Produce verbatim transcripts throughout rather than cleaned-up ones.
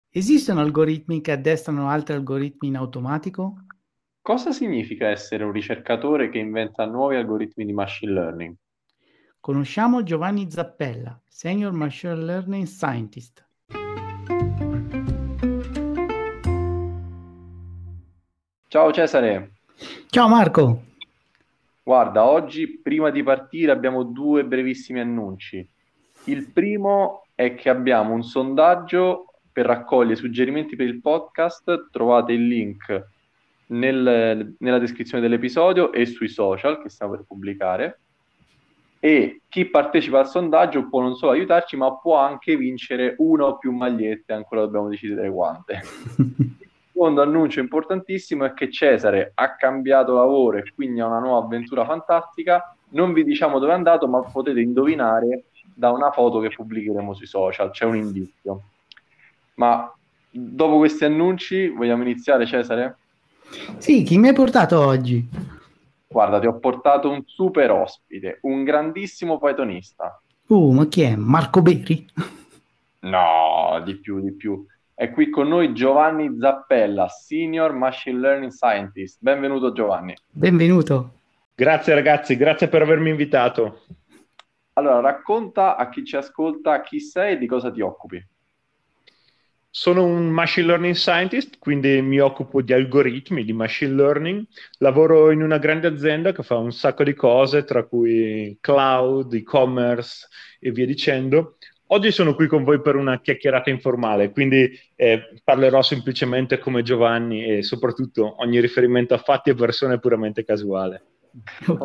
Esistono algoritmi che addestrano altri algoritmi in automatico? Cosa significa essere un ricercatore che inventa nuovi algoritmi di machine learning? Conosciamo Giovanni Zappella, Senior Machine Learning Scientist. Ciao Cesare, Ciao Marco! guarda, oggi prima di partire abbiamo due brevissimi annunci. Il primo è che abbiamo un sondaggio per raccogliere suggerimenti per il podcast. Trovate il link nel- nella descrizione dell'episodio e sui social che stiamo per pubblicare. E chi partecipa al sondaggio può non solo aiutarci, ma può anche vincere una o più magliette, ancora dobbiamo decidere quante. Il secondo annuncio importantissimo è che Cesare ha cambiato lavoro e quindi ha una nuova avventura fantastica. Non vi diciamo dove è andato, ma potete indovinare da una foto che pubblicheremo sui social, c'è un indizio. Ma dopo questi annunci vogliamo iniziare, Cesare? Sì, chi mi hai portato oggi? Guarda, ti ho portato un super ospite, un grandissimo Pythonista. Uh, ma chi è? Marco Beri? No, di più, di più. È qui con noi Giovanni Zappella, Senior Machine Learning Scientist. Benvenuto Giovanni. Benvenuto. Grazie ragazzi, grazie per avermi invitato. Allora, racconta a chi ci ascolta chi sei e di cosa ti occupi. Sono un machine learning scientist, quindi mi occupo di algoritmi, di machine learning. Lavoro in una grande azienda che fa un sacco di cose, tra cui cloud, e-commerce e via dicendo. Oggi sono qui con voi per una chiacchierata informale, quindi eh, parlerò semplicemente come Giovanni e soprattutto ogni riferimento a fatti e persone è puramente casuale. Ok.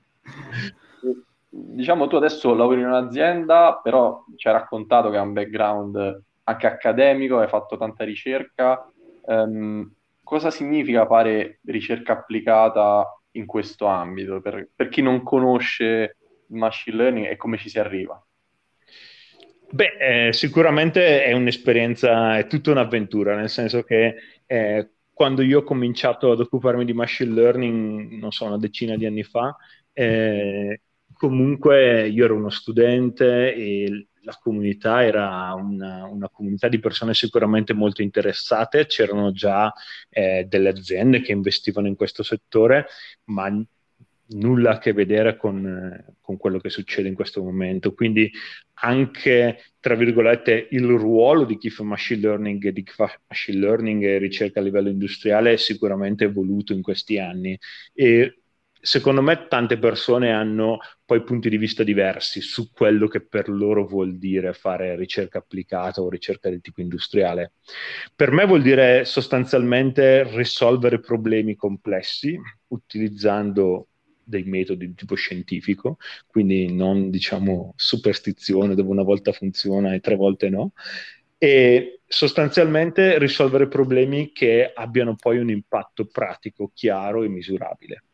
Diciamo, tu adesso lavori in un'azienda, però ci hai raccontato che hai un background anche accademico, hai fatto tanta ricerca. Ehm, cosa significa fare ricerca applicata in questo ambito? Per, per chi non conosce il machine learning e come ci si arriva? Beh, eh, sicuramente è un'esperienza, è tutta un'avventura, nel senso che eh, quando io ho cominciato ad occuparmi di machine learning, non so, una decina di anni fa, eh, comunque io ero uno studente e la comunità era una, una comunità di persone sicuramente molto interessate, c'erano già eh, delle aziende che investivano in questo settore, ma nulla a che vedere con, eh, con quello che succede in questo momento. Quindi anche, tra virgolette, il ruolo di chi fa machine learning e di chi fa machine learning e ricerca a livello industriale è sicuramente evoluto in questi anni. E secondo me tante persone hanno poi punti di vista diversi su quello che per loro vuol dire fare ricerca applicata o ricerca del tipo industriale. Per me vuol dire sostanzialmente risolvere problemi complessi utilizzando dei metodi di tipo scientifico, quindi non diciamo superstizione dove una volta funziona e tre volte no, e sostanzialmente risolvere problemi che abbiano poi un impatto pratico, chiaro e misurabile.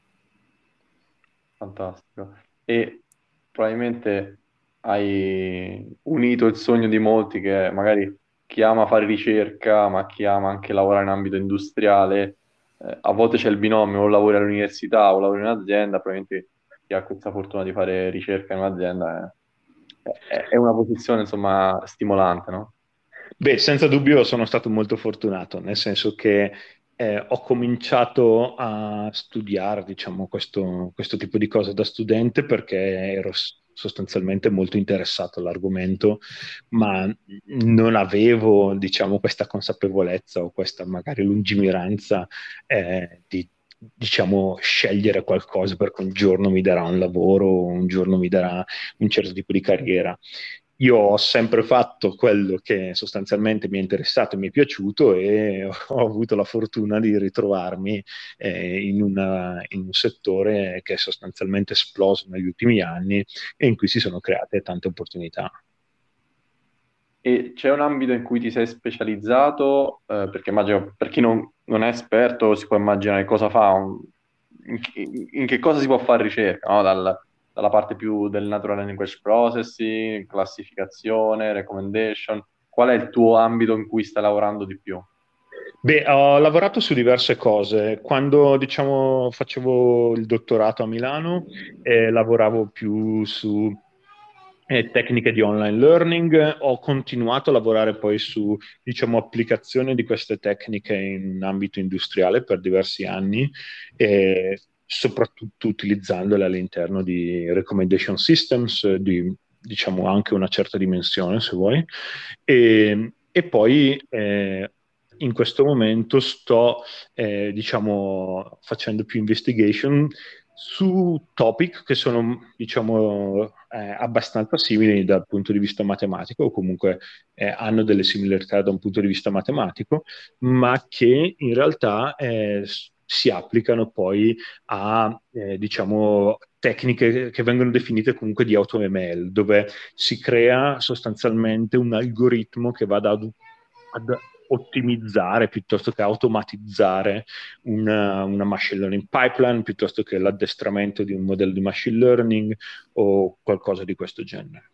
Fantastico. E probabilmente hai unito il sogno di molti che magari chi ama fare ricerca, ma chi ama anche lavorare in ambito industriale, eh, a volte c'è il binomio o lavori all'università o lavori in un'azienda, probabilmente chi ha questa fortuna di fare ricerca in un'azienda è, è- è una posizione, insomma, stimolante, no? Beh, senza dubbio sono stato molto fortunato, nel senso che eh, ho cominciato a studiare, diciamo, questo, questo tipo di cose da studente perché ero s- sostanzialmente molto interessato all'argomento, ma non avevo, diciamo, questa consapevolezza o questa magari lungimiranza eh, di, diciamo, scegliere qualcosa perché un giorno mi darà un lavoro, un giorno mi darà un certo tipo di carriera. Io ho sempre fatto quello che sostanzialmente mi è interessato e mi è piaciuto e ho avuto la fortuna di ritrovarmi eh, in, una- in un settore che è sostanzialmente esploso negli ultimi anni e in cui si sono create tante opportunità. E c'è un ambito in cui ti sei specializzato, eh, perché immagino, per chi non, non è esperto, si può immaginare cosa fa, un- in, che in che cosa si può fare ricerca, no? Dal- dalla parte più del natural language processing, classificazione, recommendation. Qual è il tuo ambito in cui stai lavorando di più? Beh, ho lavorato su diverse cose. Quando, diciamo, facevo il dottorato a Milano, eh, lavoravo più su eh, tecniche di online learning. Ho continuato a lavorare poi su, diciamo, applicazione di queste tecniche in ambito industriale per diversi anni, e soprattutto utilizzandole all'interno di recommendation systems, eh, di, diciamo, anche una certa dimensione, se vuoi. E, e poi eh, in questo momento sto, eh, diciamo, facendo più investigation su topic che sono, diciamo, eh, abbastanza simili dal punto di vista matematico, o comunque eh, hanno delle similarità da un punto di vista matematico, ma che in realtà eh, s- si applicano poi a, eh, diciamo, tecniche che vengono definite comunque di AutoML, dove si crea sostanzialmente un algoritmo che vada ad, ad ottimizzare piuttosto che automatizzare una, una machine learning pipeline, piuttosto che l'addestramento di un modello di machine learning o qualcosa di questo genere.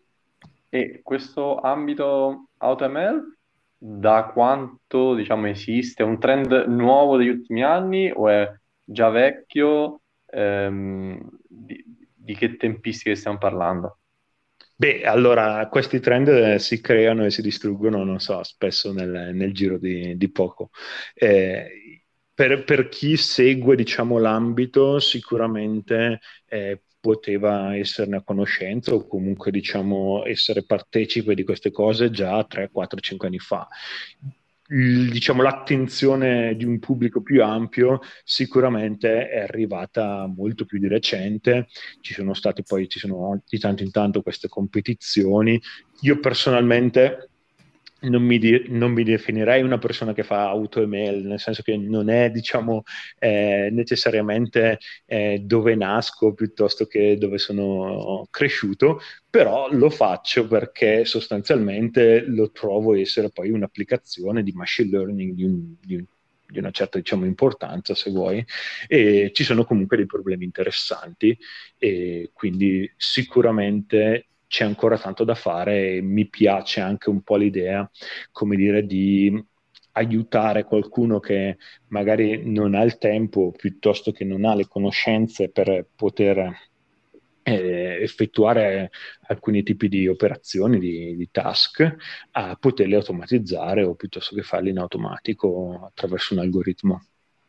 E questo ambito AutoML da quanto, diciamo, esiste? È un trend nuovo degli ultimi anni o è già vecchio? Ehm, di, di che tempistiche stiamo parlando? Beh, allora, questi trend eh, si creano e si distruggono, non so, spesso nel, nel giro di, di poco. Eh, per, per chi segue, diciamo, l'ambito, sicuramente eh, poteva esserne a conoscenza o comunque, diciamo, essere partecipe di queste cose già tre, quattro, cinque anni fa. Il- diciamo, l'attenzione di un pubblico più ampio sicuramente è arrivata molto più di recente. Ci sono stati poi, ci sono di tanto in tanto queste competizioni. Io personalmente non mi, di- non mi definirei una persona che fa AutoML, nel senso che non è, diciamo, eh, necessariamente eh, dove nasco piuttosto che dove sono cresciuto, però lo faccio perché sostanzialmente lo trovo essere poi un'applicazione di machine learning di un, di un di una certa, diciamo, importanza, se vuoi, e ci sono comunque dei problemi interessanti, e quindi sicuramente c'è ancora tanto da fare, e mi piace anche un po' l'idea, come dire, di aiutare qualcuno che magari non ha il tempo, piuttosto che non ha le conoscenze per poter eh, effettuare alcuni tipi di operazioni, di, di task, a poterli automatizzare o piuttosto che farli in automatico attraverso un algoritmo.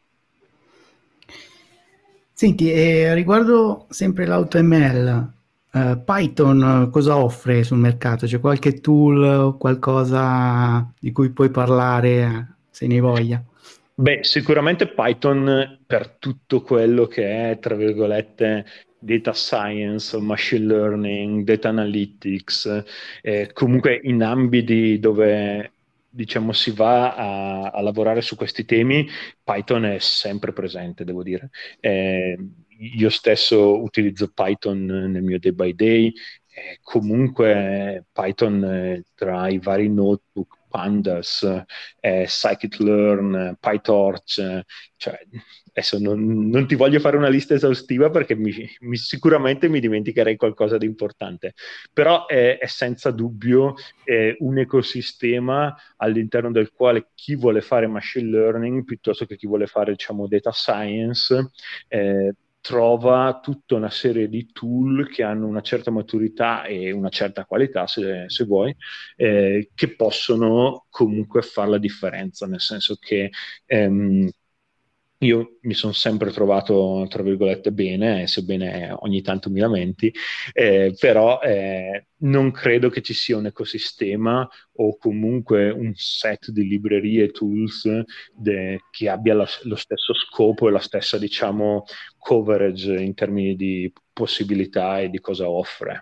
Senti, e riguardo sempre l'AutoML, eh, Python eh, cosa offre sul mercato? C'è qualche tool o qualcosa di cui puoi parlare eh, se ne hai voglia? Beh, sicuramente Python per tutto quello che è, tra virgolette, data science, machine learning, data analytics, eh, comunque in ambiti dove, diciamo, si va a, a lavorare su questi temi, Python è sempre presente, devo dire. Eh, io stesso utilizzo Python nel mio day by day. Eh, comunque Python, eh, tra i vari notebook, Pandas, eh, scikit-learn, eh, PyTorch, eh, cioè, adesso non, non ti voglio fare una lista esaustiva perché mi, mi- sicuramente mi dimenticherei qualcosa di importante, però è, è senza dubbio eh, un ecosistema all'interno del quale chi vuole fare machine learning piuttosto che chi vuole fare, diciamo, data science, eh, trova tutta una serie di tool che hanno una certa maturità e una certa qualità, se, se vuoi, eh, che possono comunque fare la differenza, nel senso che ehm, io mi sono sempre trovato, tra virgolette, bene, sebbene ogni tanto mi lamenti, eh, però eh, non credo che ci sia un ecosistema o comunque un set di librerie e tools de- che abbia la- lo stesso scopo e la stessa, diciamo, coverage in termini di possibilità e di cosa offre.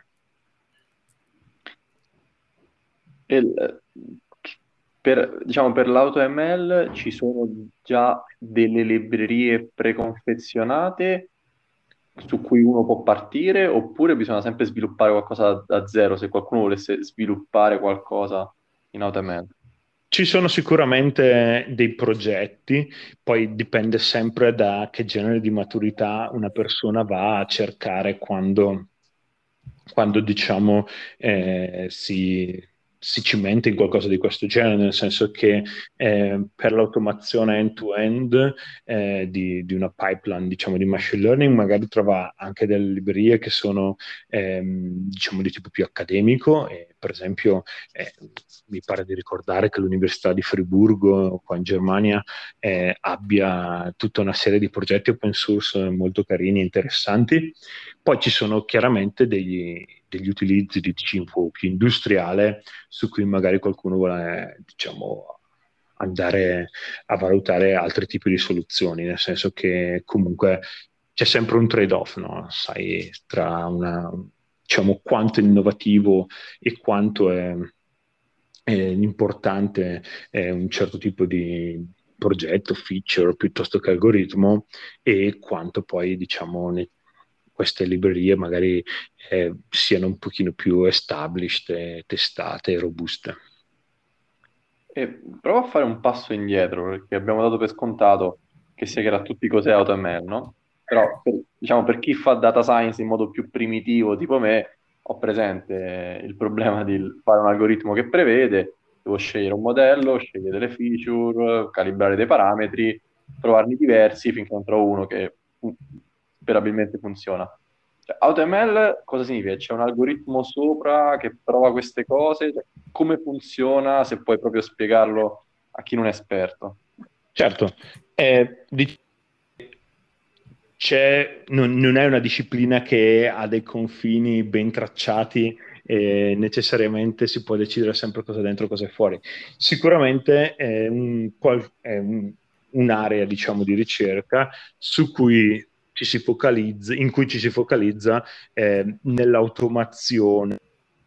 Il- per, diciamo, per l'AutoML ci sono già delle librerie preconfezionate su cui uno può partire, oppure bisogna sempre sviluppare qualcosa da, da zero se qualcuno volesse sviluppare qualcosa in AutoML. Ci sono sicuramente dei progetti, poi dipende sempre da che genere di maturità una persona va a cercare quando, quando diciamo, eh, si si cimenta in qualcosa di questo genere, nel senso che eh, per l'automazione end-to-end eh, di, di una pipeline, diciamo, di machine learning, magari trova anche delle librerie che sono, ehm, diciamo, di tipo più accademico. E, per esempio, eh, mi pare di ricordare che l'Università di Friburgo, qua in Germania, eh, abbia tutta una serie di progetti open source molto carini e interessanti. Poi ci sono chiaramente degli, degli utilizzi di tipo più industriale, su cui magari qualcuno vuole, diciamo, andare a valutare altri tipi di soluzioni, nel senso che comunque c'è sempre un trade-off, no? Sai, tra una, diciamo, quanto è innovativo e quanto è, è importante è un certo tipo di progetto, feature, piuttosto che algoritmo, e quanto poi, diciamo, ne- queste librerie magari eh, siano un pochino più established, e testate e robuste. E provo a fare un passo indietro, perché abbiamo dato per scontato che sia chiaro a tutti cos'è AutoML, no? Però, per, diciamo, per chi fa data science in modo più primitivo, tipo me, ho presente il problema di fare un algoritmo che prevede, devo scegliere un modello, scegliere delle feature, calibrare dei parametri, provarne diversi finché non trovo uno che fu- sperabilmente funziona. Cioè, AutoML cosa significa? C'è un algoritmo sopra che prova queste cose? Cioè, come funziona, se puoi proprio spiegarlo a chi non è esperto? Certo, eh, di- c'è, non, non è una disciplina che ha dei confini ben tracciati e necessariamente si può decidere sempre cosa è dentro e cosa è fuori. Sicuramente è, un, qual- è un- un'area, diciamo, di ricerca su cui ci si focalizza, in cui ci si focalizza eh, nell'automazione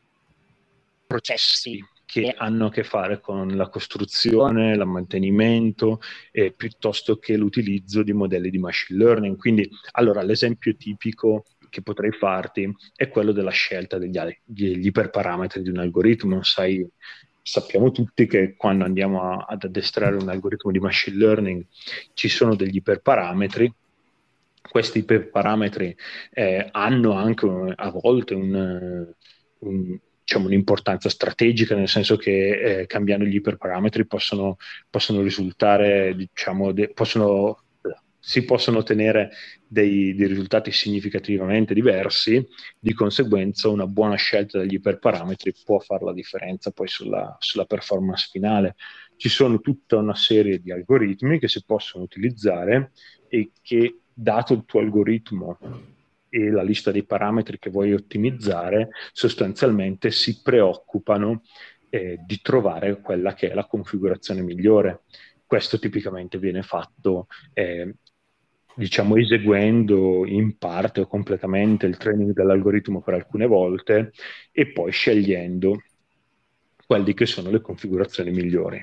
processi che hanno a che fare con la costruzione, il mantenimento, eh, piuttosto che l'utilizzo di modelli di machine learning. Quindi, allora, l'esempio tipico che potrei farti è quello della scelta degli, degli iperparametri di un algoritmo. Sai, sappiamo tutti che quando andiamo a, ad addestrare un algoritmo di machine learning ci sono degli iperparametri. Questi iperparametri eh, hanno anche a volte un, un, diciamo, un'importanza strategica, nel senso che eh, cambiando gli iperparametri possono, possono risultare, diciamo, de- possono, si possono ottenere dei, dei risultati significativamente diversi. Di conseguenza una buona scelta degli iperparametri può fare la differenza poi sulla, sulla performance finale. Ci sono tutta una serie di algoritmi che si possono utilizzare e che, dato il tuo algoritmo e la lista dei parametri che vuoi ottimizzare, sostanzialmente si preoccupano eh, di trovare quella che è la configurazione migliore. Questo tipicamente viene fatto, eh, diciamo, eseguendo in parte o completamente il training dell'algoritmo per alcune volte e poi scegliendo quelle che sono le configurazioni migliori.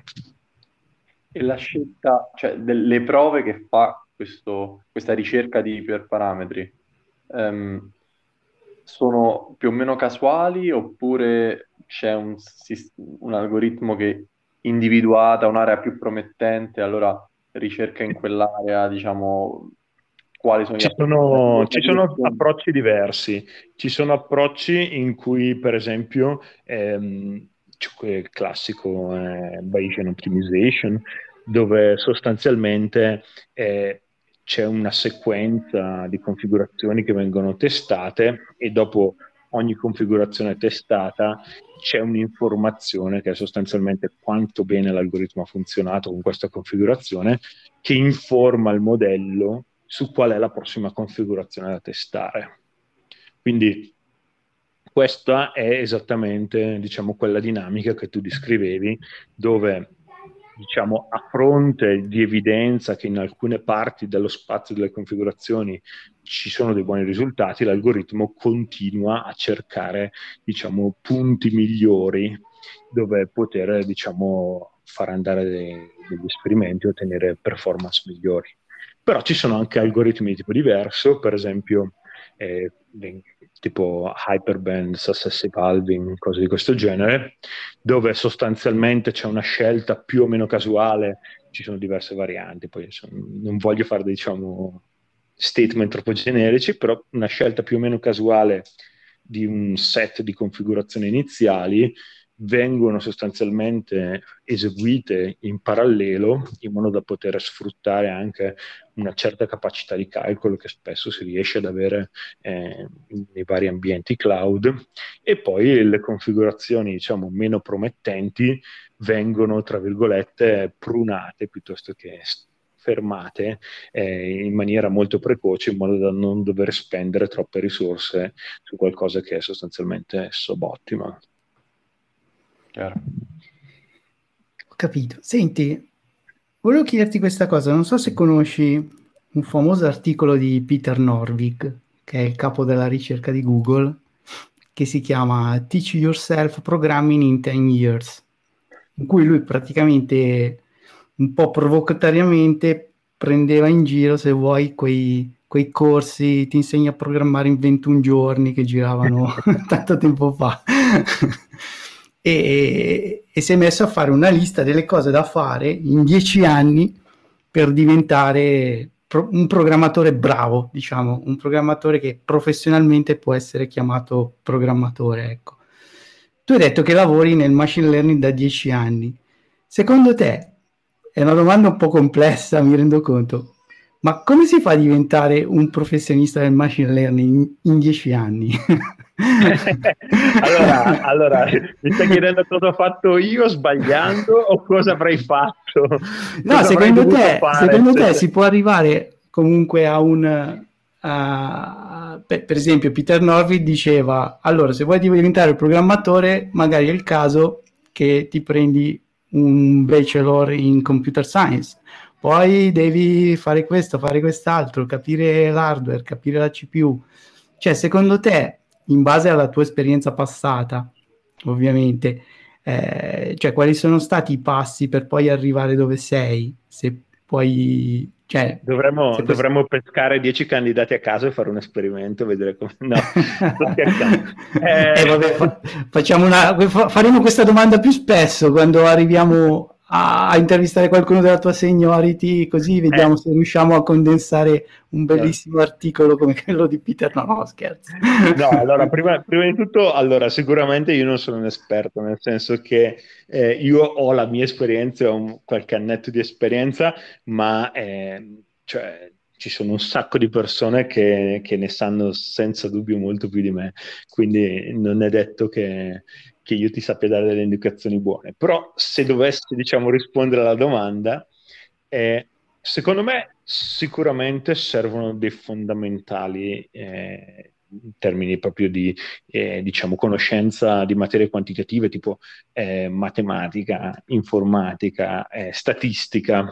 E la scelta, cioè delle prove che fa questo- questa ricerca di iperparametri, ehm, sono più o meno casuali oppure c'è un, sis- un algoritmo che individuata un'area più promettente, allora ricerca in quell'area, diciamo, quali sono gli Ci approcci? sono, ci sono approcci diversi. Ci sono approcci in cui, per esempio, ehm, c'è quel classico eh, Bayesian Optimization, dove sostanzialmente eh, c'è una sequenza di configurazioni che vengono testate e dopo ogni configurazione testata c'è un'informazione che è sostanzialmente quanto bene l'algoritmo ha funzionato con questa configurazione, che informa il modello su qual è la prossima configurazione da testare. Quindi questa è esattamente, diciamo, quella dinamica che tu descrivevi, dove, diciamo, a fronte di evidenza che in alcune parti dello spazio delle configurazioni ci sono dei buoni risultati, l'algoritmo continua a cercare, diciamo, punti migliori dove poter, diciamo, far andare dei, degli esperimenti e ottenere performance migliori. Però ci sono anche algoritmi di tipo diverso, per esempio eh, tipo Hyperband, Successive Halving, cose di questo genere, dove sostanzialmente c'è una scelta più o meno casuale, ci sono diverse varianti, poi insomma, non voglio fare, diciamo, statement troppo generici, però una scelta più o meno casuale di un set di configurazioni iniziali vengono sostanzialmente eseguite in parallelo in modo da poter sfruttare anche una certa capacità di calcolo che spesso si riesce ad avere eh, nei vari ambienti cloud, e poi le configurazioni, diciamo, meno promettenti vengono, tra virgolette, prunate piuttosto che fermate eh, in maniera molto precoce, in modo da non dover spendere troppe risorse su qualcosa che è sostanzialmente subottima. Chiaro. Ho capito. Senti, volevo chiederti questa cosa, non so se conosci un famoso articolo di Peter Norvig, che è il capo della ricerca di Google, che si chiama Teach Yourself Programming in ten years, in cui lui praticamente un po' provocatoriamente prendeva in giro, se vuoi, quei, quei corsi, ti insegna a programmare in ventuno giorni che giravano tanto tempo fa. e, e si è messo a fare una lista delle cose da fare in dieci anni per diventare pro- un programmatore bravo, diciamo, un programmatore che professionalmente può essere chiamato programmatore, ecco. Tu hai detto che lavori nel machine learning da dieci anni. Secondo te, è una domanda un po' complessa, mi rendo conto, ma come si fa a diventare un professionista del machine learning in, in dieci anni? allora, allora, mi stai chiedendo cosa ho fatto io sbagliando o cosa avrei fatto? No, Cosa avrei secondo dovuto te, fare? secondo te Se- si può arrivare comunque a un... a- per, per esempio, Peter Norvig diceva, allora, se vuoi diventare programmatore, magari è il caso che ti prendi un bachelor in computer science, poi devi fare questo, fare quest'altro, capire l'hardware, capire la C P U. Cioè, secondo te, in base alla tua esperienza passata, ovviamente, eh, cioè quali sono stati i passi per poi arrivare dove sei? Se poi, cioè, Dovremmo, se poi... dovremmo pescare dieci candidati a caso e fare un esperimento, vedere come... No, sto scherzando. eh, Eh... vabbè, fa- facciamo una, fa- faremo questa domanda più spesso quando arriviamo a, a intervistare qualcuno della tua seniority, così eh, vediamo se riusciamo a condensare un no. bellissimo articolo come quello di Peter. No, no, scherzo. No, allora, prima, prima di tutto, allora, sicuramente io non sono un esperto, nel senso che eh, io ho la mia esperienza, ho un- qualche annetto di esperienza, ma eh, cioè, ci sono un sacco di persone che, che ne sanno senza dubbio molto più di me, quindi non è detto che, che io ti sappia dare delle indicazioni buone. Però se dovessi, diciamo, rispondere alla domanda, eh, secondo me sicuramente servono dei fondamentali eh, in termini proprio di eh, diciamo, conoscenza di materie quantitative tipo eh, matematica, informatica, eh, statistica,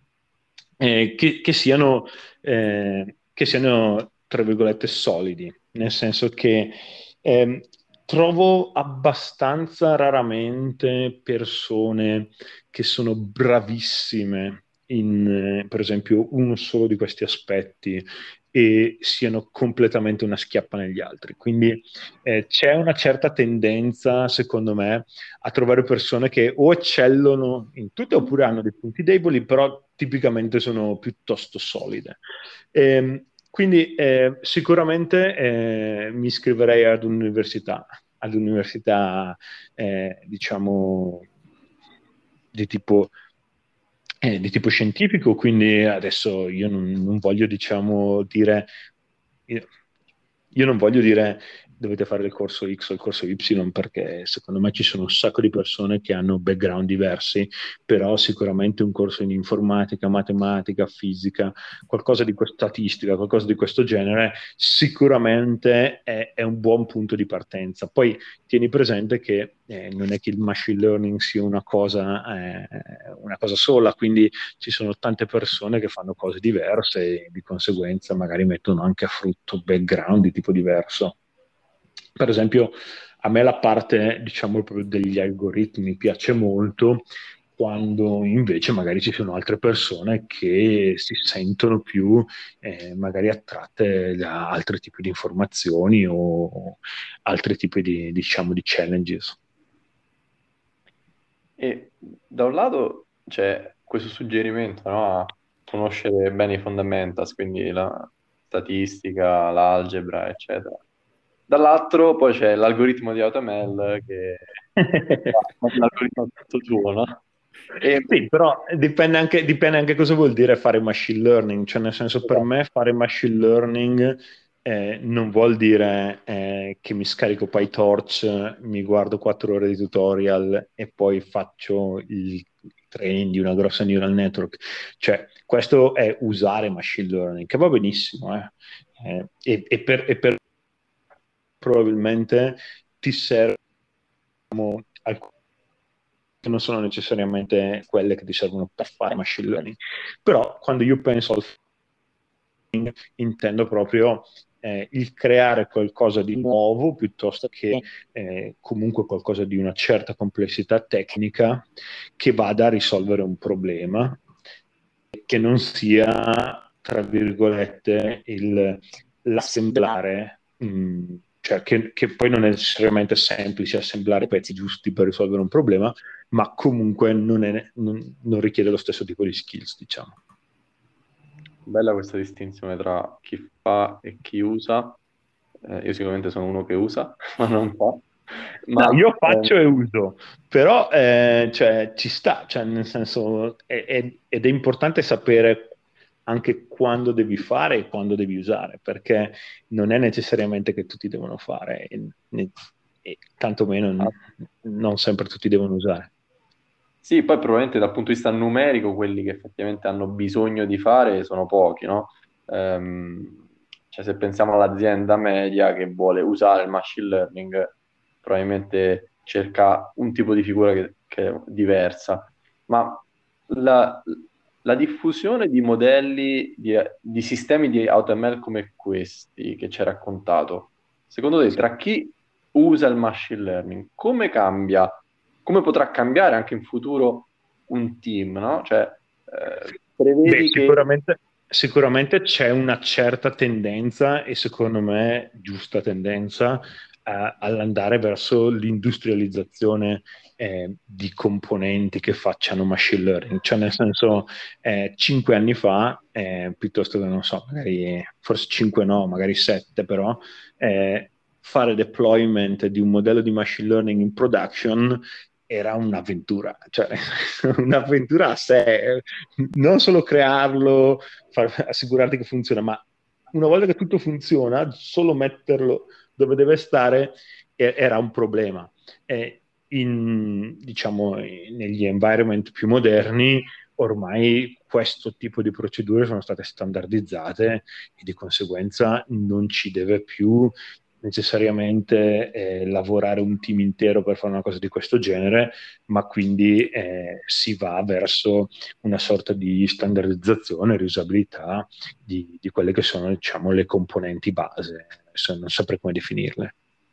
eh, che, che siano, eh, che siano, tra virgolette, solidi, nel senso che ehm, trovo abbastanza raramente persone che sono bravissime in, eh, per esempio, uno solo di questi aspetti e siano completamente una schiappa negli altri. Quindi eh, c'è una certa tendenza, secondo me, a trovare persone che o eccellono in tutto oppure hanno dei punti deboli, però tipicamente sono piuttosto solide. Ehm, quindi eh, sicuramente eh, mi iscriverei ad un'università, ad un'università eh, diciamo di tipo, eh, di tipo scientifico, quindi adesso io non, non voglio diciamo dire io, io non voglio dire dovete fare il corso X o il corso Y, perché secondo me ci sono un sacco di persone che hanno background diversi, però sicuramente un corso in informatica, matematica, fisica, qualcosa di questo, statistica, qualcosa di questo genere, sicuramente è, è un buon punto di partenza. Poi tieni presente che eh, non è che il machine learning sia una cosa, eh, una cosa sola, quindi ci sono tante persone che fanno cose diverse e di conseguenza magari mettono anche a frutto background di tipo diverso. Per esempio, a me la parte, diciamo, proprio degli algoritmi piace molto, quando invece magari ci sono altre persone che si sentono più eh, magari attratte da altri tipi di informazioni o altri tipi di, diciamo, di challenges. E da un lato c'è questo suggerimento, no, a conoscere bene i fundamentals, quindi la statistica, l'algebra, eccetera. Dall'altro poi c'è l'algoritmo di AutoML che fa l'algoritmo tutto suo, no? E Sì, però dipende anche, dipende anche cosa vuol dire fare machine learning, cioè nel senso per me fare machine learning eh, non vuol dire eh, che mi scarico PyTorch, mi guardo quattro ore di tutorial e poi faccio il training di una grossa neural network, cioè questo è usare machine learning, che va benissimo, eh. Eh, e, e per, e per probabilmente ti servono alcune che non sono necessariamente quelle che ti servono per fare machine learning. Però quando io penso al learning, intendo proprio eh, il creare qualcosa di nuovo piuttosto che eh, comunque qualcosa di una certa complessità tecnica che vada a risolvere un problema, che non sia, tra virgolette, il, l'assemblare, mh, cioè che, che poi non è necessariamente semplice assemblare i pezzi giusti per risolvere un problema, ma comunque non, è, non, non richiede lo stesso tipo di skills, diciamo. bella questa distinzione tra chi fa e chi usa. Eh, io sicuramente sono uno che usa, ma non fa. No, Ma io eh, faccio e uso, però eh, cioè, ci sta, cioè, nel senso, è, è- ed è importante sapere anche quando devi fare e quando devi usare, perché non è necessariamente che tutti devono fare, e, e, e tantomeno n- non sempre tutti devono usare. sì, poi probabilmente dal punto di vista numerico quelli che effettivamente hanno bisogno di fare sono pochi, no? Ehm, cioè se pensiamo all'azienda media che vuole usare il machine learning, probabilmente cerca un tipo di figura che, che è diversa. Ma la, la diffusione di modelli, di, di sistemi di AutoML come questi che ci hai raccontato, secondo te tra chi usa il machine learning, come cambia? Come potrà cambiare anche in futuro un team, no? Cioè, eh, Beh, prevedi che... sicuramente, sicuramente c'è una certa tendenza, e secondo me giusta tendenza, a- all'andare verso l'industrializzazione eh, di componenti che facciano machine learning. Cioè, nel senso, eh, cinque anni fa, eh, piuttosto che, non so, magari, forse cinque no, magari sette però, eh, fare deployment di un modello di machine learning in production era un'avventura, cioè un'avventura a sé, non solo crearlo, far, assicurarti che funziona, ma una volta che tutto funziona, solo metterlo dove deve stare eh, era un problema. E in, diciamo, negli environment più moderni, ormai questo tipo di procedure sono state standardizzate e di conseguenza non ci deve più necessariamente eh, lavorare un team intero per fare una cosa di questo genere, ma quindi eh, si va verso una sorta di standardizzazione, riusabilità di, di quelle che sono, diciamo, le componenti base. Adesso non saprei come definirle.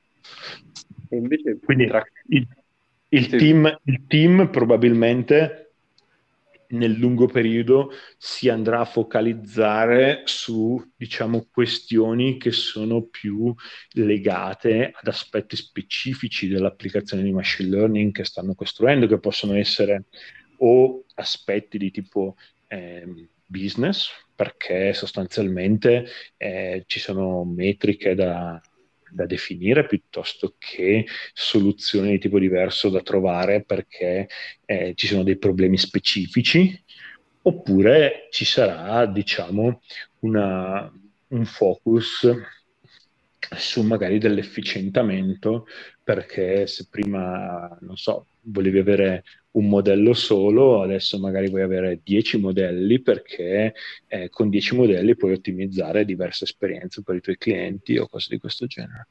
E invece Quindi tra... il, il sì, team, il team probabilmente nel lungo periodo si andrà a focalizzare su, diciamo, questioni che sono più legate ad aspetti specifici dell'applicazione di machine learning che stanno costruendo, che possono essere o aspetti di tipo eh, business, perché sostanzialmente eh, ci sono metriche da, da definire piuttosto che soluzioni di tipo diverso da trovare perché eh, ci sono dei problemi specifici, oppure ci sarà, diciamo, una, un focus su magari dell'efficientamento, perché se prima, non so, volevi avere un modello solo, adesso magari vuoi avere dieci modelli perché eh, con dieci modelli puoi ottimizzare diverse esperienze per i tuoi clienti o cose di questo genere.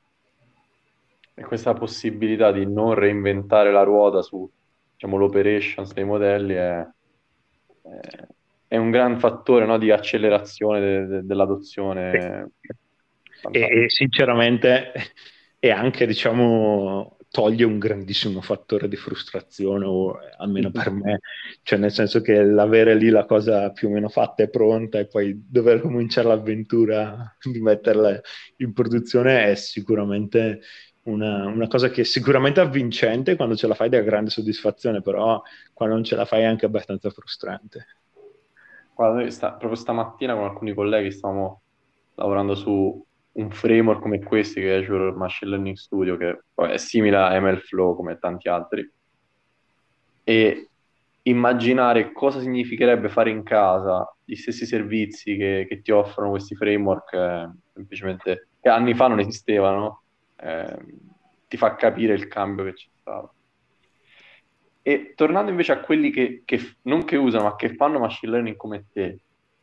e questa possibilità di non reinventare la ruota su, diciamo, l'operations dei modelli è, è- è un gran fattore, no, di accelerazione de- de- Sì. dell'adozione. E, Fantastico. e sinceramente è anche, diciamo, toglie un grandissimo fattore di frustrazione, o almeno per me, cioè nel senso che l'avere lì la cosa più o meno fatta e pronta e poi dover cominciare l'avventura di metterla in produzione è sicuramente una, una cosa che è sicuramente avvincente quando ce la fai, dà grande soddisfazione, però quando non ce la fai è anche abbastanza frustrante. Guarda, noi sta- proprio stamattina con alcuni colleghi stavamo lavorando su un framework come questi, che è Azure Machine Learning Studio, che poi è simile a M L Flow come tanti altri, e immaginare cosa significherebbe fare in casa gli stessi servizi che, che ti offrono questi framework, eh, semplicemente, che anni fa non esistevano, eh, ti fa capire il cambio che c'è stato. E tornando invece a quelli che, che f- non che usano, ma che fanno machine learning come te,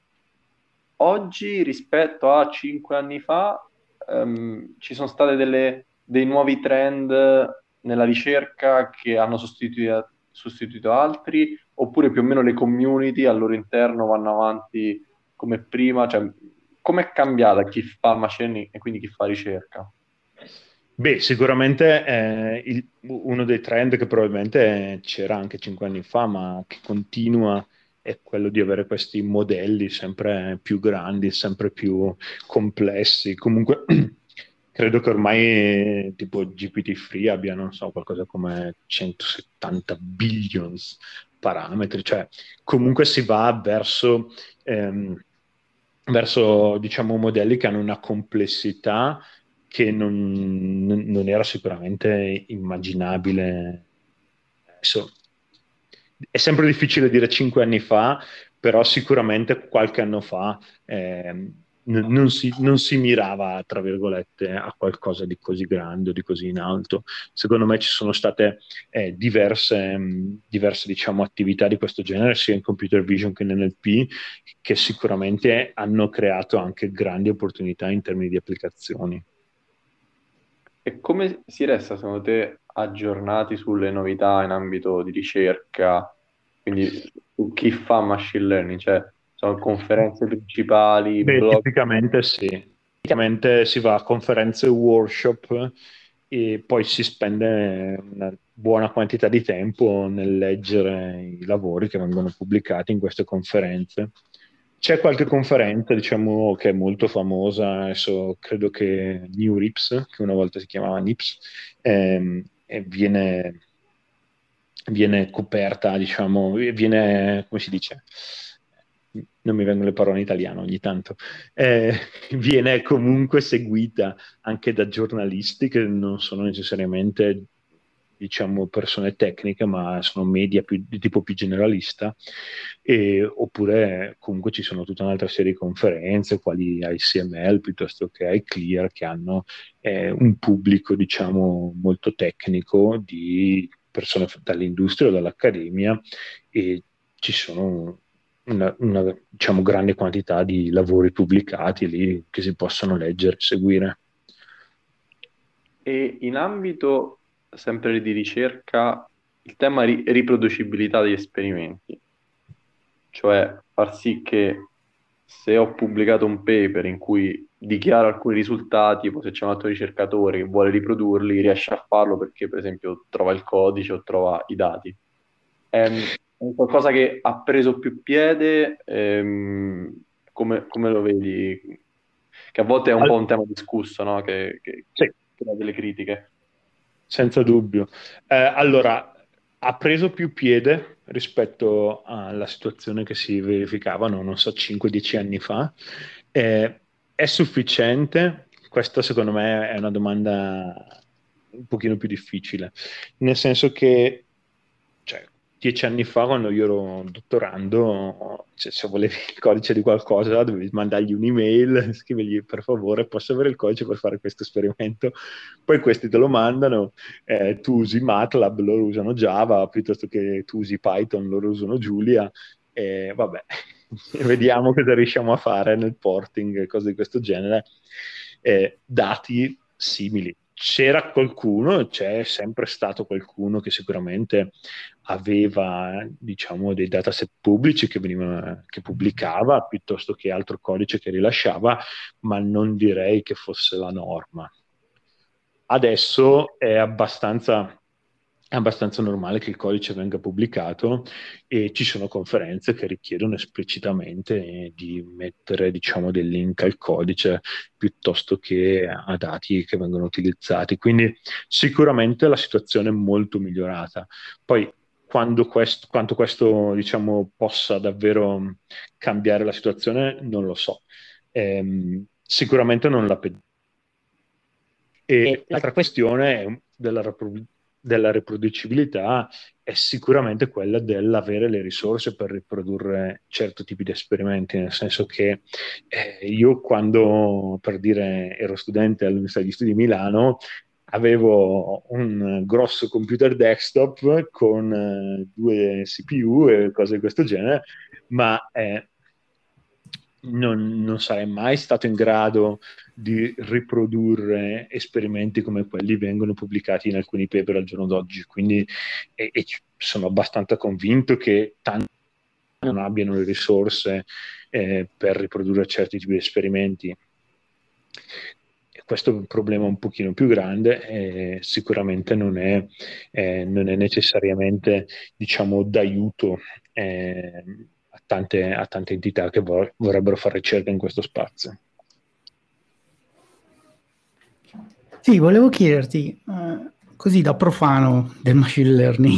oggi rispetto a cinque anni fa, ehm, ci sono state delle- dei nuovi trend nella ricerca che hanno sostituito, sostituito altri, oppure più o meno le community al loro interno vanno avanti come prima? Cioè, com'è cambiata chi fa machine learning e quindi chi fa ricerca? Beh, sicuramente eh, il- uno dei trend che probabilmente c'era anche cinque anni fa, ma che continua, è quello di avere questi modelli sempre più grandi, sempre più complessi. Comunque, credo che ormai eh, tipo G P T tre abbia, non so, qualcosa come centosettanta billions parametri, cioè comunque si va verso, ehm, verso diciamo, modelli che hanno una complessità che non, non- non era sicuramente immaginabile. Adesso, è sempre difficile dire cinque anni fa, però sicuramente qualche anno fa ehm, n- non si, non si mirava, tra virgolette, a qualcosa di così grande o di così in alto. Secondo me ci sono state eh, diverse, mh, diverse, diciamo, attività di questo genere, sia in computer vision che in N L P, che sicuramente hanno creato anche grandi opportunità in termini di applicazioni. E come si resta, secondo te, aggiornati sulle novità in ambito di ricerca, quindi su chi fa machine learning? Cioè, sono conferenze principali, Beh, blog. tipicamente sì. Tipicamente si va a conferenze e workshop e poi si spende una buona quantità di tempo nel leggere i lavori che vengono pubblicati in queste conferenze. C'è qualche conferenza, diciamo, che è molto famosa, adesso credo che New Rips, che una volta si chiamava Nips, ehm, e viene, viene coperta, diciamo, viene, come si dice? Non mi vengono le parole in italiano ogni tanto, eh, viene comunque seguita anche da giornalisti che non sono necessariamente, diciamo, persone tecniche, ma sono media più, di tipo più generalista, e, oppure comunque ci sono tutta un'altra serie di conferenze, quali I C M L piuttosto che iClear, che hanno eh, un pubblico, diciamo, molto tecnico di persone dall'industria o dall'accademia, e ci sono una, una, diciamo, grande quantità di lavori pubblicati lì che si possono leggere e seguire. E in ambito sempre di ricerca, il tema ri- riproducibilità degli esperimenti, cioè far sì che se ho pubblicato un paper in cui dichiaro alcuni risultati, poi se c'è un altro ricercatore che vuole riprodurli, riesce a farlo perché, per esempio, trova il codice o trova i dati. È un qualcosa che ha preso più piede, ehm, come, come lo vedi? Che a volte è un po' Al- un tema discusso, no? Che, che, sì, che ha delle critiche. senza dubbio. Eh, allora, ha preso più piede rispetto alla situazione che si verificavano, non so, cinque dieci anni fa. Eh, è sufficiente? Questa secondo me è una domanda un pochino più difficile, nel senso che, cioè, dieci anni fa, quando io ero dottorando, cioè, se volevi il codice di qualcosa, dovevi mandargli un'email, scrivergli per favore, posso avere il codice per fare questo esperimento? Poi questi te lo mandano, eh, tu usi MATLAB, loro usano Java, piuttosto che tu usi Python, loro usano Julia, e vabbè, vediamo cosa riusciamo a fare nel porting, cose di questo genere. Eh, dati simili. C'era qualcuno, c'è sempre stato qualcuno che sicuramente aveva, diciamo, dei dataset pubblici che, veniva, che pubblicava piuttosto che altro codice che rilasciava, ma non direi che fosse la norma. Adesso è abbastanza, è abbastanza normale che il codice venga pubblicato e ci sono conferenze che richiedono esplicitamente eh, di mettere, diciamo, dei link al codice piuttosto che a dati che vengono utilizzati. Quindi sicuramente la situazione è molto migliorata. Poi quando questo, quanto questo, diciamo, possa davvero cambiare la situazione, non lo so. Ehm, sicuramente non la peggiore. E l'altra questione della, repro- della riproducibilità è sicuramente quella dell'avere le risorse per riprodurre certi tipi di esperimenti, nel senso che eh, io quando, per dire, ero studente all'Università di Studi di Milano, avevo un grosso computer desktop con eh, due C P U e cose di questo genere, ma eh, non, non sarei mai stato in grado di riprodurre esperimenti come quelli vengono pubblicati in alcuni paper al giorno d'oggi. Quindi e, e sono abbastanza convinto che tanti non abbiano le risorse eh, per riprodurre certi tipi di esperimenti. Questo è un problema un pochino più grande e sicuramente non è, eh, non è necessariamente, diciamo, d'aiuto eh, a, tante, a tante entità che vor- vorrebbero fare ricerca in questo spazio. Sì, volevo chiederti, eh, così da profano del machine learning,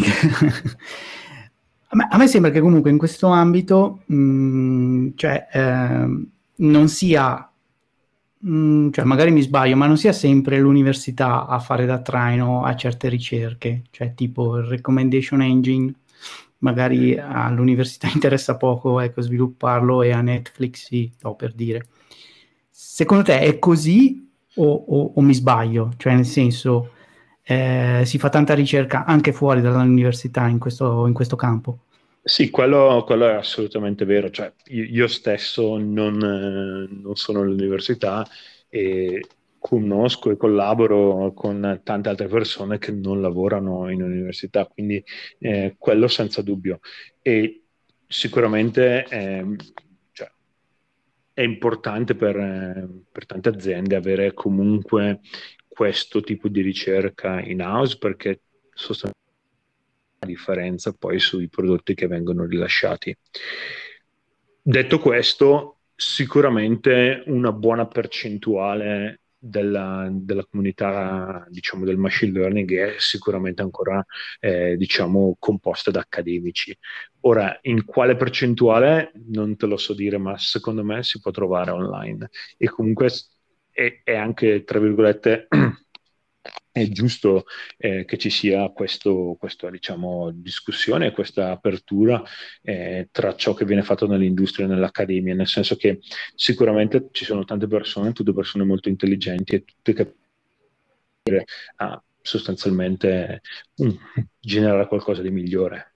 a me, a me sembra che comunque in questo ambito, mh, cioè, ehm, non sia, mh, cioè magari mi sbaglio, ma non sia sempre l'università a fare da traino a certe ricerche, cioè tipo il recommendation engine, magari all'università interessa poco, ecco, svilupparlo e a Netflix sì, no, per dire. Secondo te è così? O, o, o mi sbaglio? Cioè, nel senso, eh, si fa tanta ricerca anche fuori dall'università in questo, in questo campo? Sì, quello, quello è assolutamente vero. Cioè, io, io stesso non, eh, non sono all'università e conosco e collaboro con tante altre persone che non lavorano in università, quindi eh, quello senza dubbio. E sicuramente ehm, cioè, è importante per, eh, per tante aziende avere comunque questo tipo di ricerca in house perché sostanzialmente fa la differenza poi sui prodotti che vengono rilasciati. Detto questo, sicuramente una buona percentuale della, della comunità, diciamo, del machine learning è sicuramente ancora, eh, diciamo, composta da accademici. Ora, in quale percentuale non te lo so dire, ma secondo me si può trovare online. E comunque è, è anche, tra virgolette, è giusto eh, che ci sia questo, questa, diciamo, discussione, questa apertura eh, tra ciò che viene fatto nell'industria e nell'accademia, nel senso che sicuramente ci sono tante persone, tutte persone molto intelligenti e tutte capire a sostanzialmente um, generare qualcosa di migliore.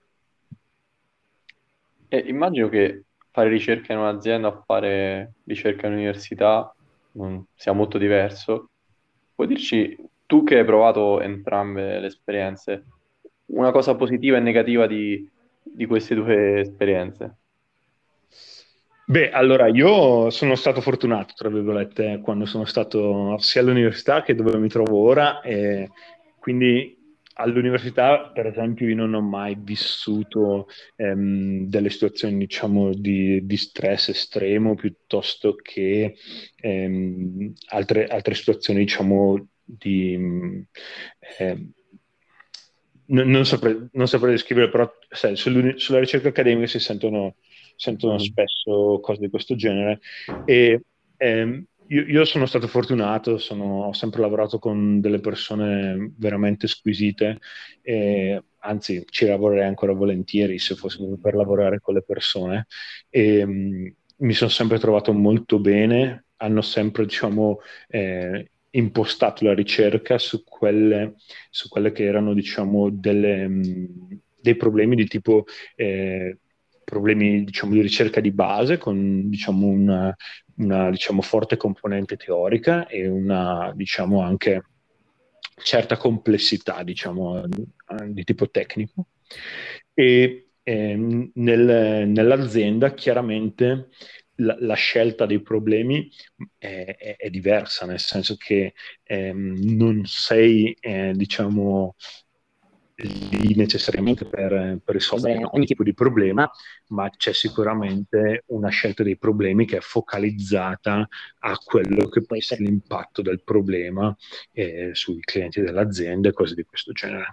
E immagino che fare ricerca in un'azienda o fare ricerca in università non sia molto diverso. Puoi dirci, tu che hai provato entrambe le esperienze, una cosa positiva e negativa di, di queste due esperienze? Beh, allora io sono stato fortunato, tra virgolette, quando sono stato sia all'università che dove mi trovo ora, e quindi all'università, per esempio, io non ho mai vissuto ehm, delle situazioni, diciamo, di, di stress estremo piuttosto che ehm, altre, altre situazioni, diciamo, di... ehm, non, non saprei, non saprei descrivere, però sai, sulla ricerca accademica si sentono sentono Mhm. spesso cose di questo genere e ehm, io, io sono stato fortunato, sono- ho sempre lavorato con delle persone veramente squisite e anzi ci lavorerei ancora volentieri se fosse per lavorare con le persone e mh, mi sono sempre trovato molto bene, hanno sempre diciamo eh, impostato la ricerca su quelle, su quelle che erano diciamo delle, mh, dei problemi di tipo eh, problemi diciamo, di ricerca di base con diciamo, una, una diciamo, forte componente teorica e una diciamo, anche certa complessità diciamo, di tipo tecnico. E ehm, nel, nell'azienda chiaramente la, la, scelta dei problemi è, è, è, diversa, nel senso che ehm, non sei, eh, diciamo, lì necessariamente per, per risolvere ogni tipo di problema, ma c'è sicuramente una scelta dei problemi che è focalizzata a quello che può essere l'impatto del problema eh, sui clienti dell'azienda e cose di questo genere.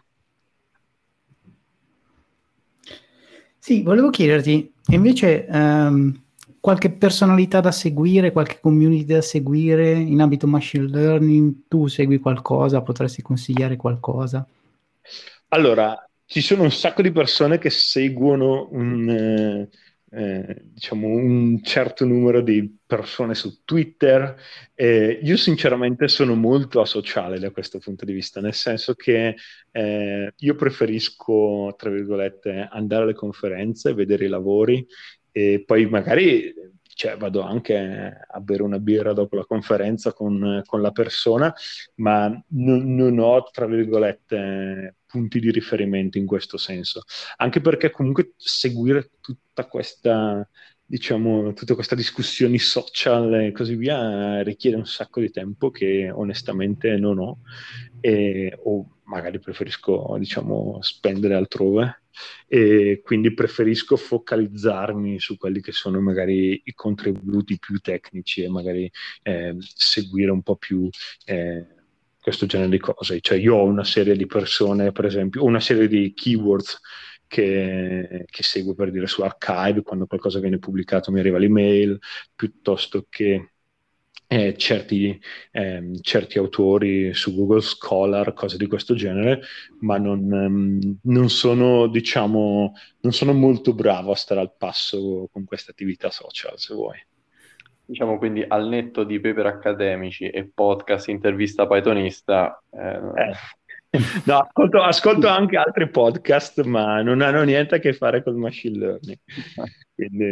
Sì, volevo chiederti, invece, ehm, qualche personalità da seguire, qualche community da seguire in ambito machine learning? Tu segui qualcosa? Potresti consigliare qualcosa? Allora, ci sono un sacco di persone che seguono un, eh, eh, diciamo, un certo numero di persone su Twitter. Eh, io sinceramente sono molto asociale da questo punto di vista, nel senso che eh, io preferisco, tra virgolette, andare alle conferenze, vedere i lavori e poi magari cioè, vado anche a bere una birra dopo la conferenza con, con la persona, ma non, non ho, tra virgolette, punti di riferimento in questo senso. Anche perché comunque seguire tutta questa, diciamo, tutte queste discussioni social e così via richiede un sacco di tempo che onestamente non ho, e, o magari preferisco, diciamo, spendere altrove. E quindi preferisco focalizzarmi su quelli che sono magari i contributi più tecnici e magari eh, seguire un po' più eh, questo genere di cose. Cioè io ho una serie di persone, per esempio, una serie di keywords che, che seguo, per dire, su Archive, quando qualcosa viene pubblicato mi arriva l'email, piuttosto che eh, certi, ehm, certi autori su Google Scholar, cose di questo genere, ma non, ehm, non sono, diciamo, non sono molto bravo a stare al passo con queste attività social, se vuoi. Diciamo quindi al netto di paper accademici e podcast, intervista Pythonista, eh, Eh. No, ascolto, ascolto anche altri podcast, ma non hanno niente a che fare col machine learning. Quindi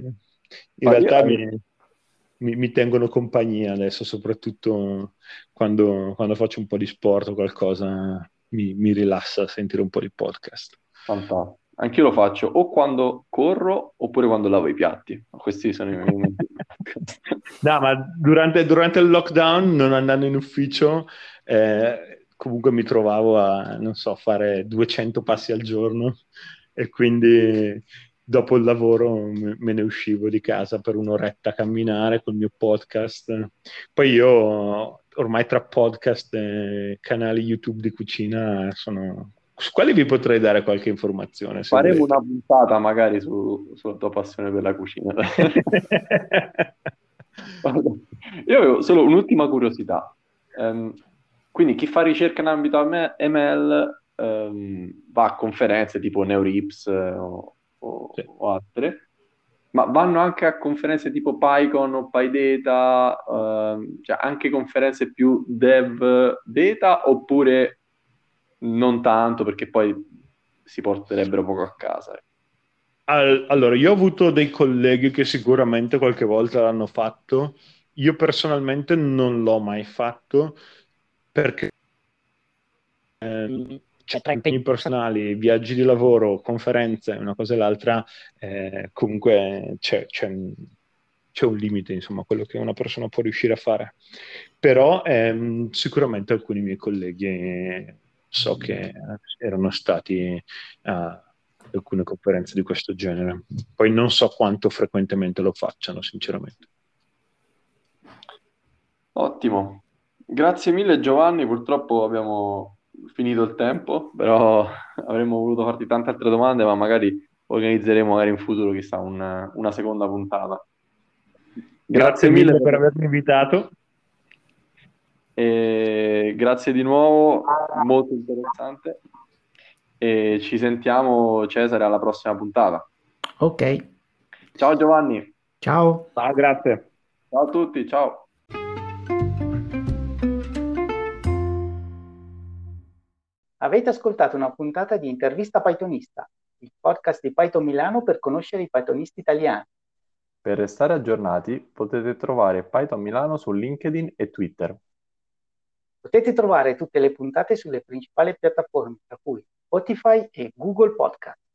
in ma io, realtà mi, mi- mi tengono compagnia adesso, soprattutto quando, quando faccio un po' di sport o qualcosa, mi, mi rilassa sentire un po' di podcast. fantastico. Anch'io lo faccio o quando corro oppure quando lavo i piatti. Questi sono i miei momenti. No, ma durante, durante il lockdown, non andando in ufficio, eh, comunque mi trovavo a, non so, fare duecento passi al giorno e quindi dopo il lavoro me me ne uscivo di casa per un'oretta a camminare col mio podcast. Poi io ormai tra podcast e canali YouTube di cucina sono... Su quelli vi potrei dare qualche informazione se Faremo volete. una puntata magari su- sulla tua passione per la cucina. Guarda, io avevo solo un'ultima curiosità. Ehm, quindi chi fa ricerca in ambito M L ehm, va a conferenze tipo Neurips eh, o, o- Sì. o altre, ma vanno anche a conferenze tipo PyCon o PyData, ehm, cioè anche conferenze più dev data oppure non tanto perché poi si porterebbero poco a casa. Al- allora, io ho avuto dei colleghi che sicuramente qualche volta l'hanno fatto. Io personalmente non l'ho mai fatto perché ehm, cioè, tra impegni personali, viaggi di lavoro, conferenze, una cosa e l'altra, eh, comunque c'è, c'è un c'è un limite, insomma, a quello che una persona può riuscire a fare. Però ehm, sicuramente alcuni miei colleghi eh, so che erano stati a alcune conferenze di questo genere. Poi non so quanto frequentemente lo facciano, sinceramente. Ottimo, grazie mille Giovanni, purtroppo abbiamo finito il tempo, però avremmo voluto farti tante altre domande, ma magari organizzeremo magari in futuro, chissà, una, una seconda puntata. Grazie Grazie mille mille per per- avermi invitato. e grazie di nuovo, molto interessante. E ci sentiamo, Cesare, alla prossima puntata. Ok, Ciao Giovanni, ciao. Ah, grazie. ciao a tutti, ciao. Avete ascoltato una puntata di Intervista Pythonista, il podcast di Python Milano per conoscere i Pythonisti italiani. Per restare aggiornati potete trovare Python Milano su LinkedIn e Twitter. Potete trovare tutte le puntate sulle principali piattaforme, tra cui Spotify e Google Podcast.